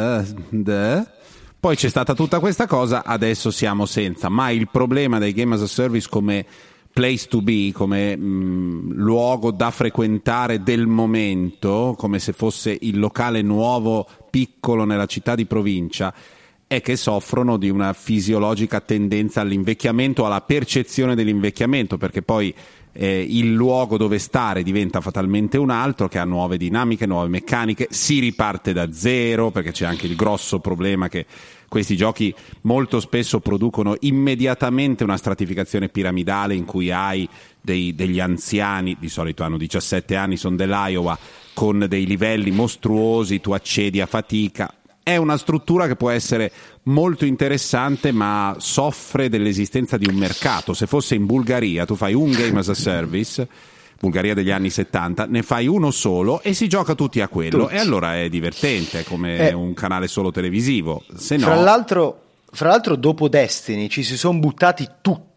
poi c'è stata tutta questa cosa, adesso siamo senza. Ma il problema dei game as a service come place to be, come mh, luogo da frequentare del momento, come se fosse il locale nuovo piccolo nella città di provincia, è che soffrono di una fisiologica tendenza all'invecchiamento, alla percezione dell'invecchiamento, perché poi eh, il luogo dove stare diventa fatalmente un altro, che ha nuove dinamiche, nuove meccaniche, si riparte da zero, perché c'è anche il grosso problema che questi giochi molto spesso producono immediatamente una stratificazione piramidale in cui hai dei, degli anziani, di solito hanno diciassette anni, sono dell'Iowa, con dei livelli mostruosi, tu accedi a fatica. È una struttura che può essere molto interessante, ma soffre dell'esistenza di un mercato. Se fosse in Bulgaria, tu fai un game as a service, Bulgaria degli anni settanta, ne fai uno solo e si gioca tutti a quello, tutti. E allora è divertente, è come eh, un canale solo televisivo. Se no... Fra l'altro, fra l'altro dopo Destiny ci si sono buttati tutti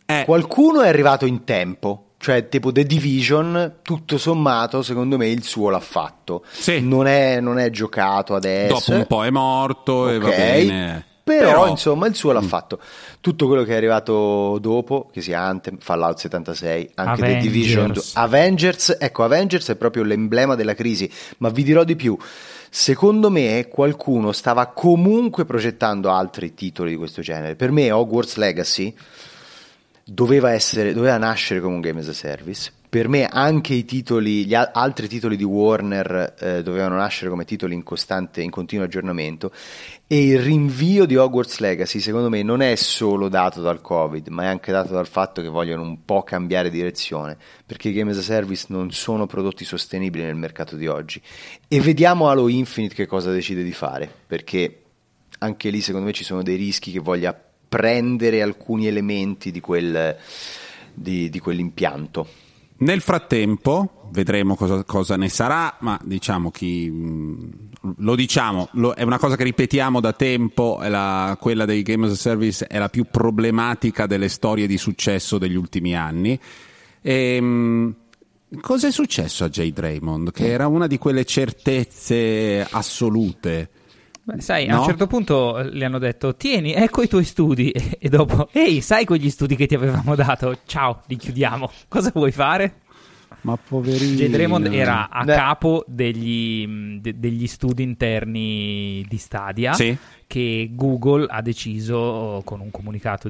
Eh. Qualcuno è arrivato in tempo, cioè tipo The Division, tutto sommato, secondo me il suo l'ha fatto. Sì. Non è, non è giocato adesso. Dopo un po' è morto, okay, e va bene. Però, Però insomma, il suo l'ha mm. fatto. Tutto quello che è arrivato dopo, che sia Anthem, Fallout settantasei, anche Avengers. The Division, Avengers, ecco, Avengers è proprio l'emblema della crisi, ma vi dirò di più. Secondo me qualcuno stava comunque progettando altri titoli di questo genere. Per me Hogwarts Legacy doveva essere, doveva nascere come un game as a service. Per me anche i titoli, gli a- altri titoli di Warner eh, dovevano nascere come titoli in costante, in continuo aggiornamento, e il rinvio di Hogwarts Legacy secondo me non è solo dato dal Covid, ma è anche dato dal fatto che vogliono un po' cambiare direzione, perché i game as a service non sono prodotti sostenibili nel mercato di oggi. E vediamo Halo Infinite che cosa decide di fare, perché anche lì secondo me ci sono dei rischi che voglia prendere alcuni elementi di quel di, di quell'impianto. Nel frattempo vedremo cosa, cosa ne sarà, ma diciamo chi lo diciamo lo, è una cosa che ripetiamo da tempo, è la, quella dei game as a service è la più problematica delle storie di successo degli ultimi anni. E, cosa è successo a Jade Raymond, che era una di quelle certezze assolute? Beh, sai, no? A un certo punto le hanno detto tieni, ecco i tuoi studi, e, e dopo ehi, sai quegli studi che ti avevamo dato, ciao, li chiudiamo, cosa vuoi fare? Ma poverino. Jade Raymond era a Beh. capo degli, de, degli studi interni di Stadia, sì, che Google ha deciso con un comunicato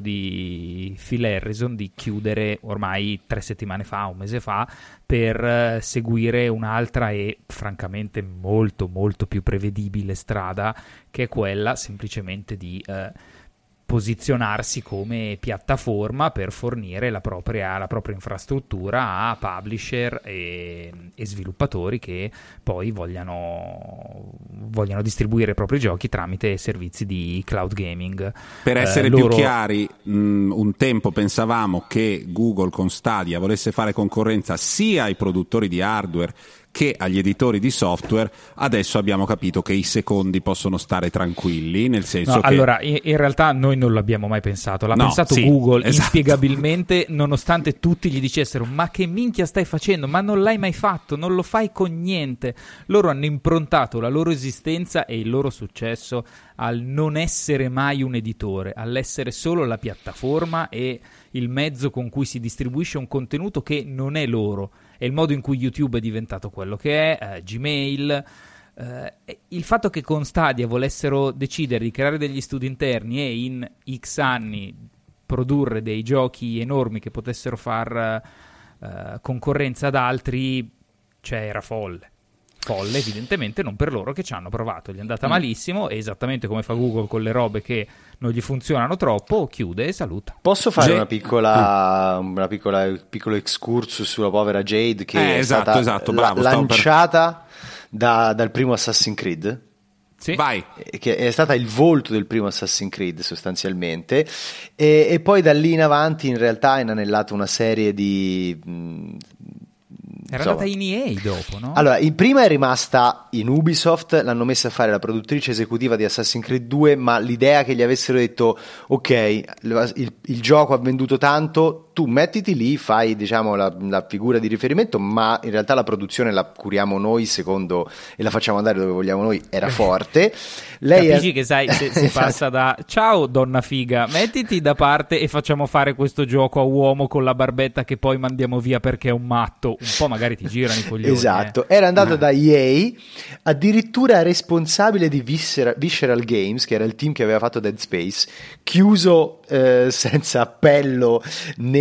di Phil Harrison di chiudere ormai tre settimane fa, un mese fa, per eh, seguire un'altra e francamente molto molto più prevedibile strada, che è quella semplicemente di eh, posizionarsi come piattaforma per fornire la propria, la propria infrastruttura a publisher e, e sviluppatori che poi vogliano, vogliano distribuire i propri giochi tramite servizi di cloud gaming. per essere eh, più loro... chiari, mh, un tempo pensavamo che Google con Stadia volesse fare concorrenza sia ai produttori di hardware che agli editori di software. Adesso abbiamo capito che i secondi possono stare tranquilli, nel senso no, che allora in, in realtà noi non l'abbiamo mai pensato, l'ha no, pensato sì, Google, esatto, inspiegabilmente, nonostante tutti gli dicessero ma che minchia stai facendo, ma non l'hai mai fatto, non lo fai con niente. Loro hanno improntato la loro esistenza e il loro successo al non essere mai un editore, all'essere solo la piattaforma e il mezzo con cui si distribuisce un contenuto che non è loro. È il modo in cui YouTube è diventato quello che è, eh, Gmail, eh, il fatto che con Stadia volessero decidere di creare degli studi interni e in X anni produrre dei giochi enormi che potessero far eh, concorrenza ad altri, cioè era folle. Folle, evidentemente non per loro, che ci hanno provato, gli è andata malissimo, e esattamente come fa Google con le robe che non gli funzionano troppo, chiude e saluta. Posso fare Ge- una piccola una piccola piccolo excursus sulla povera Jade, che Eh, è esatto, stata esatto, la- bravo, stavo per- lanciata da- dal primo Assassin's Creed, Sì. vai. che è stata il volto del primo Assassin's Creed sostanzialmente, e, e poi da lì in avanti in realtà è inanellata una serie di mh, Era insomma. andata in E A dopo, no? Allora, in prima è rimasta in Ubisoft, l'hanno messa a fare la produttrice esecutiva di Assassin's Creed due, ma l'idea che gli avessero detto ok, il, il gioco ha venduto tanto, tu mettiti lì, fai diciamo la, la figura di riferimento, ma in realtà la produzione la curiamo noi secondo e la facciamo andare dove vogliamo noi, era forte. Lei Capisci è... che sai, se, si Esatto. passa da ciao donna figa, mettiti da parte e facciamo fare questo gioco a uomo con la barbetta che poi mandiamo via perché è un matto, un po' magari ti girano i coglioni. Esatto, eh. era andato da E A, addirittura responsabile di Visceral, Visceral Games, che era il team che aveva fatto Dead Space, chiuso eh, senza appello nel,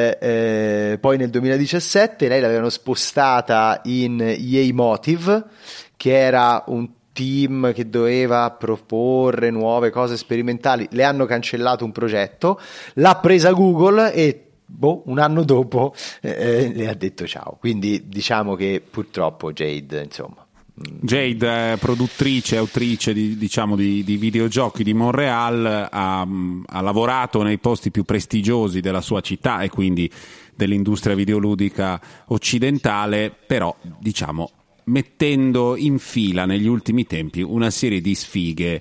eh, poi nel duemiladiciassette. Lei l'avevano spostata in E A Motive, che era un team che doveva proporre nuove cose sperimentali. Le hanno cancellato un progetto, l'ha presa Google e boh, un anno dopo eh, le ha detto ciao. Quindi diciamo che purtroppo Jade, insomma, Jade, eh, produttrice, autrice di, diciamo, di, di videogiochi di Montreal, ha, ha lavorato nei posti più prestigiosi della sua città e quindi dell'industria videoludica occidentale, però diciamo mettendo in fila negli ultimi tempi una serie di sfighe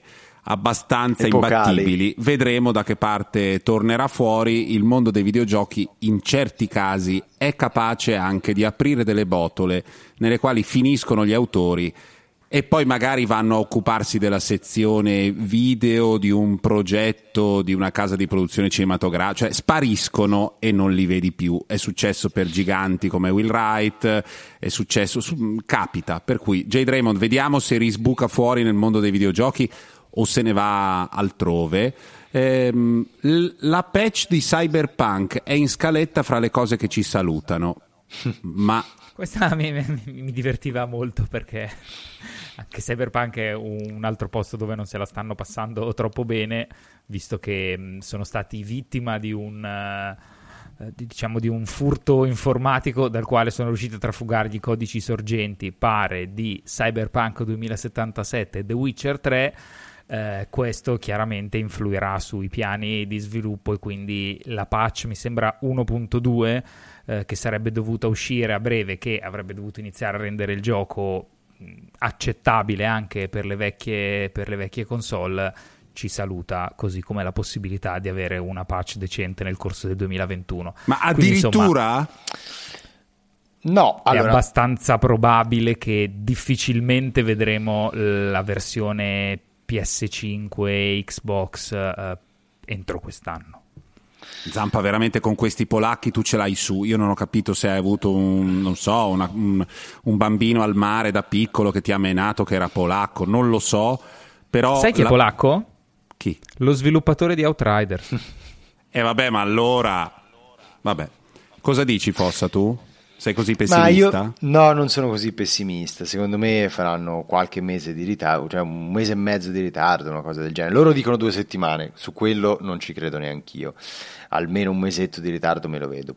abbastanza epocali. imbattibili. Vedremo da che parte tornerà fuori. Il mondo dei videogiochi in certi casi è capace anche di aprire delle botole nelle quali finiscono gli autori e poi magari vanno a occuparsi della sezione video di un progetto, di una casa di produzione cinematografica, cioè spariscono e non li vedi più. È successo per giganti come Will Wright, è successo, su, capita, per cui Jade Raymond vediamo se risbuca fuori nel mondo dei videogiochi o se ne va altrove. Ehm, la patch di Cyberpunk è in scaletta fra le cose che ci salutano, ma questa mi, mi, mi divertiva molto perché anche Cyberpunk è un altro posto dove non se la stanno passando troppo bene, visto che mh, sono stati vittima di un uh, di, diciamo di un furto informatico dal quale sono riusciti a trafugargli i codici sorgenti, pare, di Cyberpunk duemilasettantasette e The Witcher tre. Eh, questo chiaramente influirà sui piani di sviluppo e quindi la patch mi sembra uno punto due eh, che sarebbe dovuta uscire a breve, che avrebbe dovuto iniziare a rendere il gioco mh, accettabile anche per le vecchie per le vecchie console, ci saluta, così come la possibilità di avere una patch decente nel corso del duemilaventuno. Ma addirittura? Quindi, no, è allora... abbastanza probabile che difficilmente vedremo la versione P S cinque e Xbox uh, entro quest'anno. Zampa, veramente con questi polacchi tu ce l'hai su. Io non ho capito se hai avuto un, non so, una, un, un bambino al mare da piccolo che ti ha menato che era polacco, non lo so, però... Sai chi è la... polacco? Chi? Lo sviluppatore di Outriders. E eh, vabbè, ma allora... Vabbè. Cosa dici, Fossa, tu? Sei così pessimista? Ma io no, non sono così pessimista. Secondo me faranno qualche mese di ritardo, cioè un mese e mezzo di ritardo, una cosa del genere. Loro dicono due settimane, su quello non ci credo neanch'io. Almeno un mesetto di ritardo me lo vedo.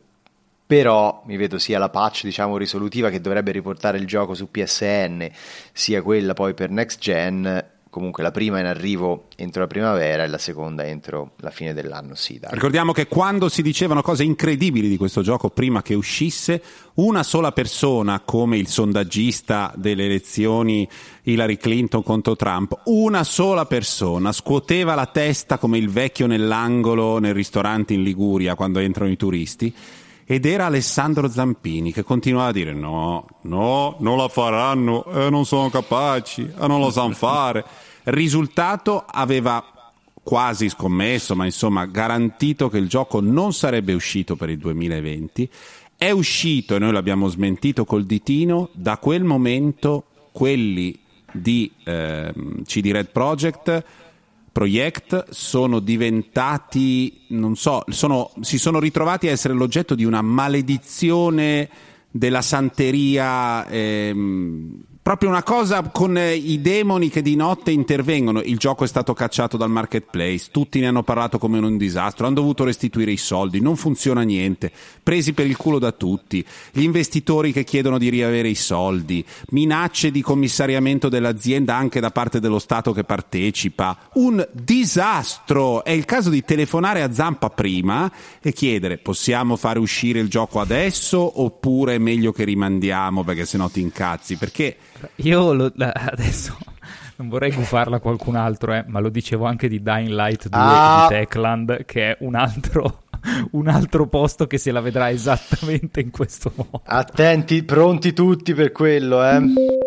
Però mi vedo sia la patch, diciamo, risolutiva che dovrebbe riportare il gioco su P S N, sia quella poi per next gen. Comunque la prima in arrivo entro la primavera e la seconda entro la fine dell'anno, sì, dai. Ricordiamo che quando si dicevano cose incredibili di questo gioco prima che uscisse, una sola persona, come il sondaggista delle elezioni Hillary Clinton contro Trump, una sola persona scuoteva la testa come il vecchio nell'angolo nel ristorante in Liguria quando entrano i turisti, ed era Alessandro Zampini, che continuava a dire no, no, non la faranno, eh, non sono capaci, eh, non lo sanno fare. Risultato, aveva quasi scommesso, ma insomma garantito che il gioco non sarebbe uscito per il duemilaventi. È uscito e noi l'abbiamo smentito col ditino. Da quel momento quelli di eh, C D Red Project Project sono diventati, non so, sono, si sono ritrovati a essere l'oggetto di una maledizione della santeria, ehm, proprio una cosa con eh, i demoni che di notte intervengono. Il gioco è stato cacciato dal marketplace, tutti ne hanno parlato come un disastro, hanno dovuto restituire i soldi, non funziona niente, presi per il culo da tutti, gli investitori che chiedono di riavere i soldi, minacce di commissariamento dell'azienda anche da parte dello Stato che partecipa, un disastro. È il caso di telefonare a Zampa prima e chiedere: possiamo fare uscire il gioco adesso oppure è meglio che rimandiamo perché sennò ti incazzi? Perché io lo, adesso non vorrei gufarla a qualcun altro, eh, ma lo dicevo anche di Dying Light due ah. di Techland, che è un altro, un altro posto che se la vedrà esattamente in questo modo. Attenti, pronti tutti per quello, eh.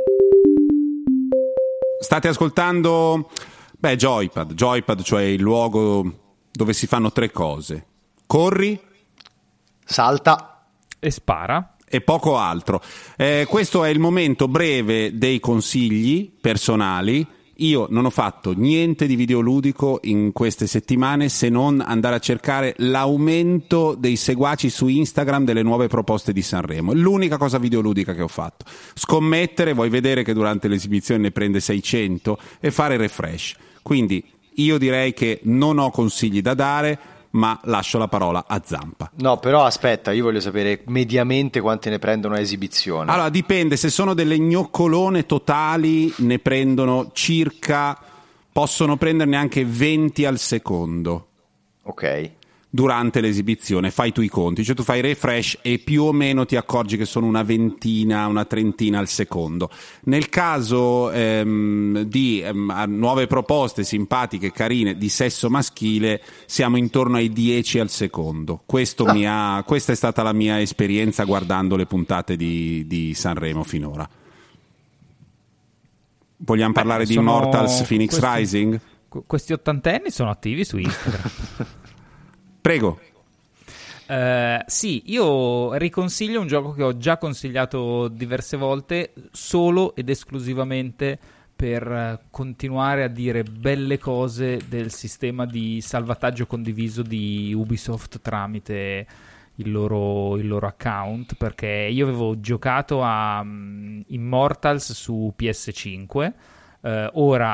State ascoltando, beh, Joypad, Joypad, cioè il luogo dove si fanno tre cose: corri, salta e spara. E poco altro. Eh, questo è il momento breve dei consigli personali. Io non ho fatto niente di videoludico in queste settimane se non andare a cercare l'aumento dei seguaci su Instagram delle nuove proposte di Sanremo. L'unica cosa videoludica che ho fatto. Scommettere, vuoi vedere che durante l'esibizione ne prende seicento, e fare refresh. Quindi io direi che non ho consigli da dare, ma lascio la parola a Zampa. No, però aspetta, io voglio sapere mediamente quante ne prendono a esibizione. Allora dipende, se sono delle gnoccolone totali ne prendono circa, possono prenderne anche venti al secondo. Ok. durante l'esibizione, fai tu i conti, cioè tu fai refresh e più o meno ti accorgi che sono una ventina, una trentina al secondo. Nel caso ehm, di ehm, nuove proposte simpatiche, carine, di sesso maschile, siamo intorno ai dieci al secondo. Questo ah. mi ha, questa è stata la mia esperienza guardando le puntate di, di Sanremo finora. Vogliamo Beh, parlare di Immortals Phoenix questi, Rising? Questi ottantenni sono attivi su Instagram. Prego. Uh, sì, io riconsiglio un gioco che ho già consigliato diverse volte solo ed esclusivamente per continuare a dire belle cose del sistema di salvataggio condiviso di Ubisoft tramite il loro, il loro account, perché io avevo giocato a um, Immortals su P S cinque. Uh,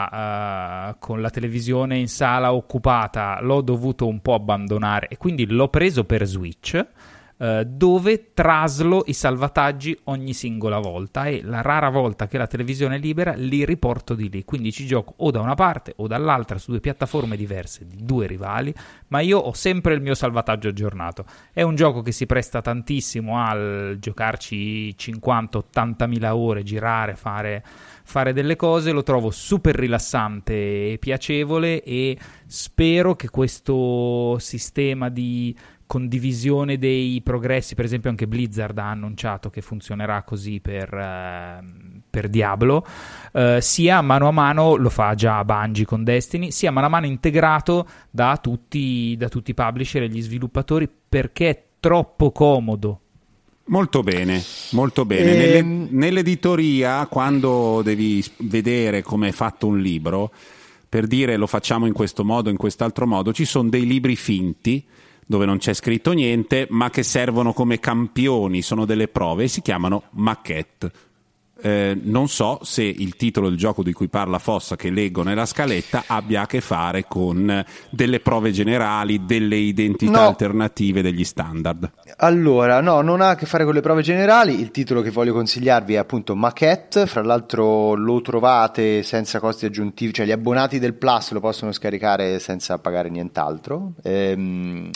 ora uh, con la televisione in sala occupata l'ho dovuto un po' abbandonare e quindi l'ho preso per Switch, uh, dove traslo i salvataggi ogni singola volta e la rara volta che la televisione è libera li riporto di lì, quindi ci gioco o da una parte o dall'altra su due piattaforme diverse di due rivali, ma io ho sempre il mio salvataggio aggiornato. È un gioco che si presta tantissimo al giocarci cinquanta ottanta mila ore, girare, fare fare delle cose, lo trovo super rilassante e piacevole e spero che questo sistema di condivisione dei progressi, per esempio anche Blizzard ha annunciato che funzionerà così per, eh, per Diablo, eh, sia mano a mano, lo fa già Bungie con Destiny, sia mano a mano integrato da tutti, da tutti i publisher e gli sviluppatori, perché è troppo comodo. Molto bene, molto bene. Ehm... Nelle, nell'editoria, quando devi vedere come è fatto un libro, per dire lo facciamo in questo modo, in quest'altro modo, ci sono dei libri finti dove non c'è scritto niente, ma che servono come campioni, sono delle prove e si chiamano maquette. Eh, non so se il titolo del gioco di cui parla Fossa, che leggo nella scaletta, abbia a che fare con delle prove generali, delle identità no. alternative degli standard. Allora, no, non ha a che fare con le prove generali. Il titolo che voglio consigliarvi è appunto Maquette, fra l'altro lo trovate senza costi aggiuntivi, cioè gli abbonati del Plus lo possono scaricare senza pagare nient'altro. Ehm...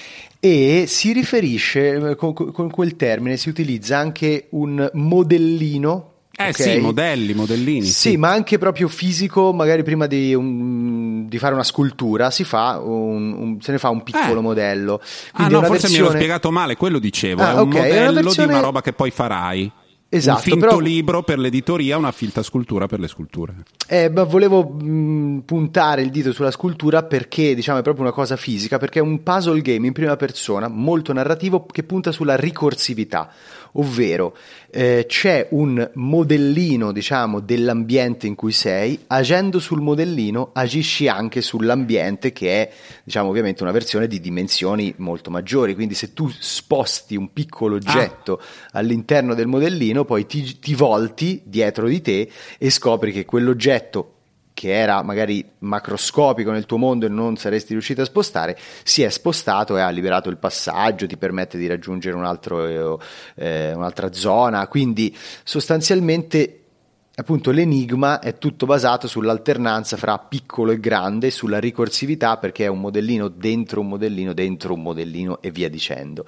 E si riferisce, con, con quel termine si utilizza anche un modellino. Eh okay? sì, modelli, modellini. Sì, sì, ma anche proprio fisico, magari prima di, un, di fare una scultura si fa un, un, se ne fa un piccolo eh. modello. Quindi ah no, forse versione... mi ero spiegato male, quello dicevo, ah, è un okay, modello è versione... di una roba che poi farai. Esatto, un finto però... libro per l'editoria, una finta scultura per le sculture. Eh, ma volevo mh, puntare il dito sulla scultura perché diciamo è proprio una cosa fisica, perché è un puzzle game in prima persona molto narrativo che punta sulla ricorsività, ovvero eh, c'è un modellino diciamo dell'ambiente in cui sei, agendo sul modellino agisci anche sull'ambiente, che è diciamo ovviamente una versione di dimensioni molto maggiori, quindi se tu sposti un piccolo oggetto ah. all'interno del modellino, poi ti, ti volti dietro di te e scopri che quell'oggetto che era magari macroscopico nel tuo mondo e non saresti riuscito a spostare, si è spostato e ha liberato il passaggio, ti permette di raggiungere un altro, eh, un'altra zona, quindi sostanzialmente appunto l'enigma è tutto basato sull'alternanza fra piccolo e grande, sulla ricorsività, perché è un modellino dentro un modellino dentro un modellino e via dicendo.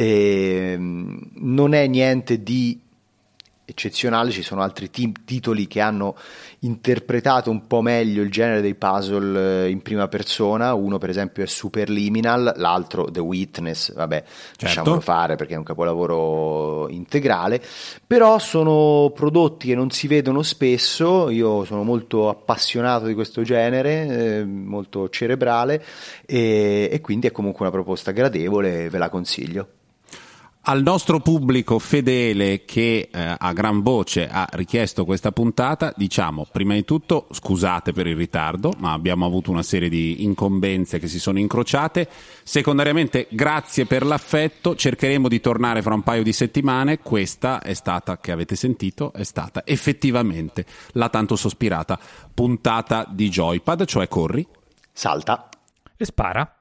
E, non è niente di eccezionale, ci sono altri t- titoli che hanno interpretato un po' meglio il genere dei puzzle in prima persona, uno per esempio è Superliminal, l'altro The Witness, vabbè, certo. lasciamolo fare perché è un capolavoro integrale, però sono prodotti che non si vedono spesso, io sono molto appassionato di questo genere, eh, molto cerebrale e, e quindi è comunque una proposta gradevole, ve la consiglio. Al nostro pubblico fedele che eh, a gran voce ha richiesto questa puntata, diciamo prima di tutto scusate per il ritardo, ma abbiamo avuto una serie di incombenze che si sono incrociate. Secondariamente grazie per l'affetto, cercheremo di tornare fra un paio di settimane. Questa è stata, che avete sentito, è stata effettivamente la tanto sospirata puntata di Joypad, cioè corri, salta e spara.